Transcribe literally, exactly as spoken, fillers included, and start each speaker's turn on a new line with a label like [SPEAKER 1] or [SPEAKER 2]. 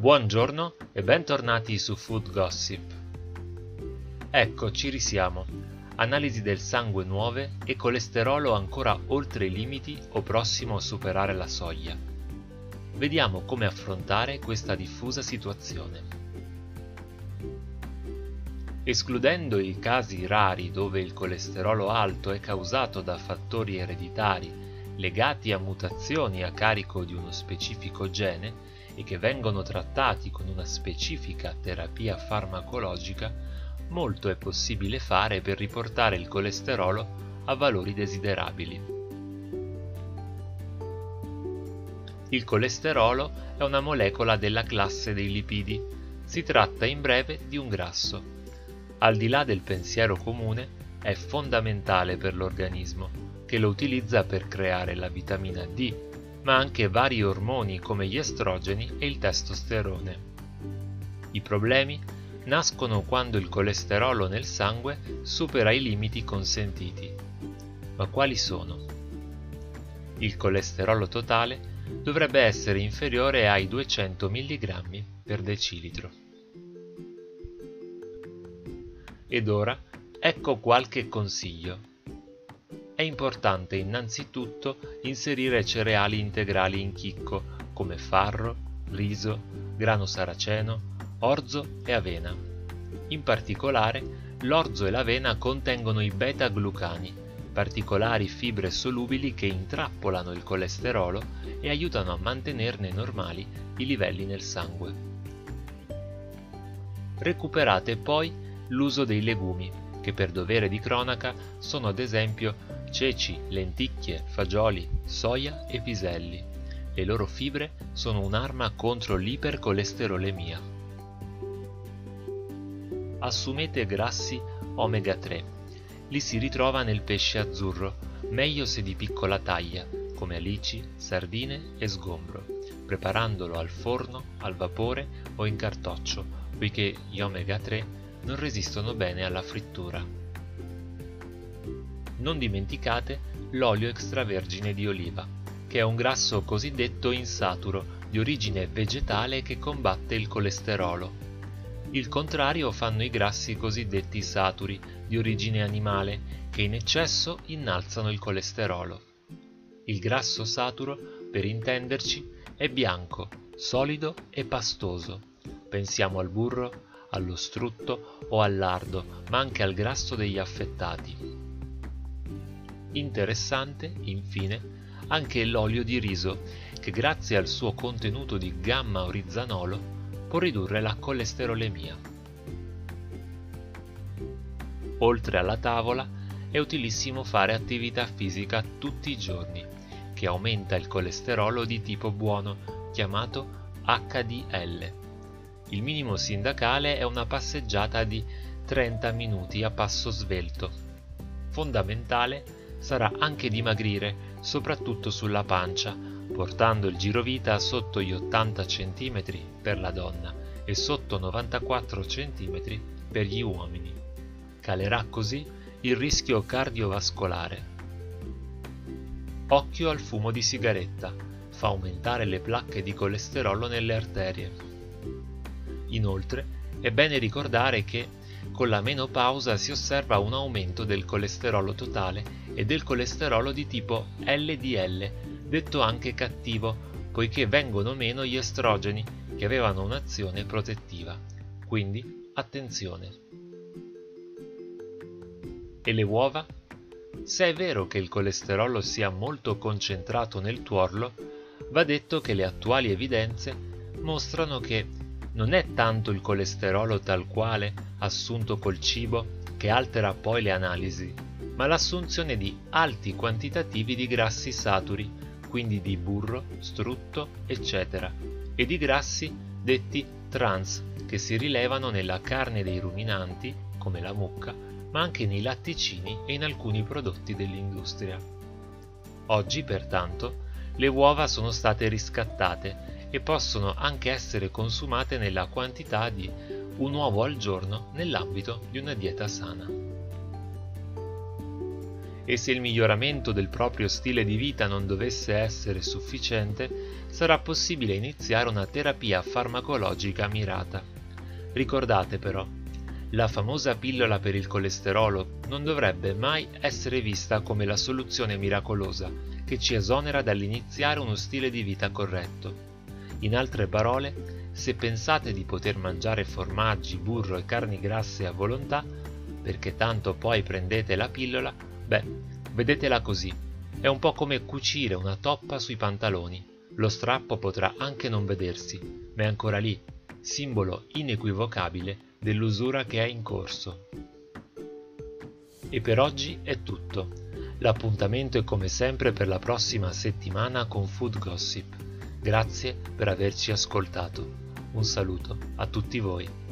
[SPEAKER 1] Buongiorno e bentornati su Food Gossip. Ecco, ci risiamo. Analisi del sangue nuove e colesterolo ancora oltre i limiti o prossimo a superare la soglia. Vediamo come affrontare questa diffusa situazione. Escludendo i casi rari dove il colesterolo alto è causato da fattori ereditari legati a mutazioni a carico di uno specifico gene e che vengono trattati con una specifica terapia farmacologica, molto è possibile fare per riportare il colesterolo a valori desiderabili. Il colesterolo è una molecola della classe dei lipidi. Si tratta in breve di un grasso. Al di là del pensiero comune, è fondamentale per l'organismo, che lo utilizza per creare la vitamina D, ma anche vari ormoni come gli estrogeni e il testosterone. I problemi nascono quando il colesterolo nel sangue supera i limiti consentiti. Ma quali sono? Il colesterolo totale dovrebbe essere inferiore ai duecento milligrammi per decilitro. Ed ora ecco qualche consiglio. È importante innanzitutto inserire cereali integrali in chicco come farro, riso, grano saraceno, orzo e avena. In particolare, l'orzo e l'avena contengono i beta-glucani, particolari fibre solubili che intrappolano il colesterolo e aiutano a mantenerne normali i livelli nel sangue. Recuperate poi l'uso dei legumi, che per dovere di cronaca sono ad esempio ceci, lenticchie, fagioli, soia e piselli. Le loro fibre sono un'arma contro l'ipercolesterolemia. Assumete grassi omega tre. Li si ritrova nel pesce azzurro, meglio se di piccola taglia, come alici, sardine e sgombro, preparandolo al forno, al vapore o in cartoccio, poiché gli omega tre non resistono bene alla frittura. Non dimenticate l'olio extravergine di oliva, che è un grasso cosiddetto insaturo di origine vegetale che combatte il colesterolo. Il contrario fanno i grassi cosiddetti saturi di origine animale, che in eccesso innalzano il colesterolo. Il grasso saturo, per intenderci, è bianco, solido e pastoso. Pensiamo al burro, allo strutto o al lardo, ma anche al grasso degli affettati. Interessante, infine, anche l'olio di riso, che grazie al suo contenuto di gamma-orizzanolo può ridurre la colesterolemia. Oltre alla tavola, è utilissimo fare attività fisica tutti i giorni, che aumenta il colesterolo di tipo buono, chiamato acca di elle. Il minimo sindacale è una passeggiata di trenta minuti a passo svelto. Fondamentale sarà anche dimagrire, soprattutto sulla pancia, portando il girovita sotto gli ottanta centimetri per la donna e sotto novantaquattro centimetri per gli uomini. Calerà così il rischio cardiovascolare. Occhio al fumo di sigaretta, fa aumentare le placche di colesterolo nelle arterie. Inoltre, è bene ricordare che con la menopausa si osserva un aumento del colesterolo totale e del colesterolo di tipo elle di elle, detto anche cattivo, poiché vengono meno gli estrogeni che avevano un'azione protettiva. Quindi, attenzione. E le uova? Se è vero che il colesterolo sia molto concentrato nel tuorlo, va detto che le attuali evidenze mostrano che non è tanto il colesterolo tal quale assunto col cibo che altera poi le analisi, ma l'assunzione di alti quantitativi di grassi saturi, quindi di burro, strutto, eccetera, e di grassi detti trans, che si rilevano nella carne dei ruminanti, come la mucca, ma anche nei latticini e in alcuni prodotti dell'industria. Oggi, pertanto, le uova sono state riscattate e possono anche essere consumate nella quantità di un uovo al giorno nell'ambito di una dieta sana. e se il miglioramento del proprio stile di vita non dovesse essere sufficiente, sarà possibile iniziare una terapia farmacologica mirata. Ricordate però, la famosa pillola per il colesterolo non dovrebbe mai essere vista come la soluzione miracolosa che ci esonera dall'iniziare uno stile di vita corretto. In altre parole, se pensate di poter mangiare formaggi, burro e carni grasse a volontà, perché tanto poi prendete la pillola, beh, vedetela così. È un po' come cucire una toppa sui pantaloni. Lo strappo potrà anche non vedersi, ma è ancora lì, simbolo inequivocabile dell'usura che è in corso. E per oggi è tutto. L'appuntamento è come sempre per la prossima settimana con Food Gossip. Grazie per averci ascoltato. Un saluto a tutti voi.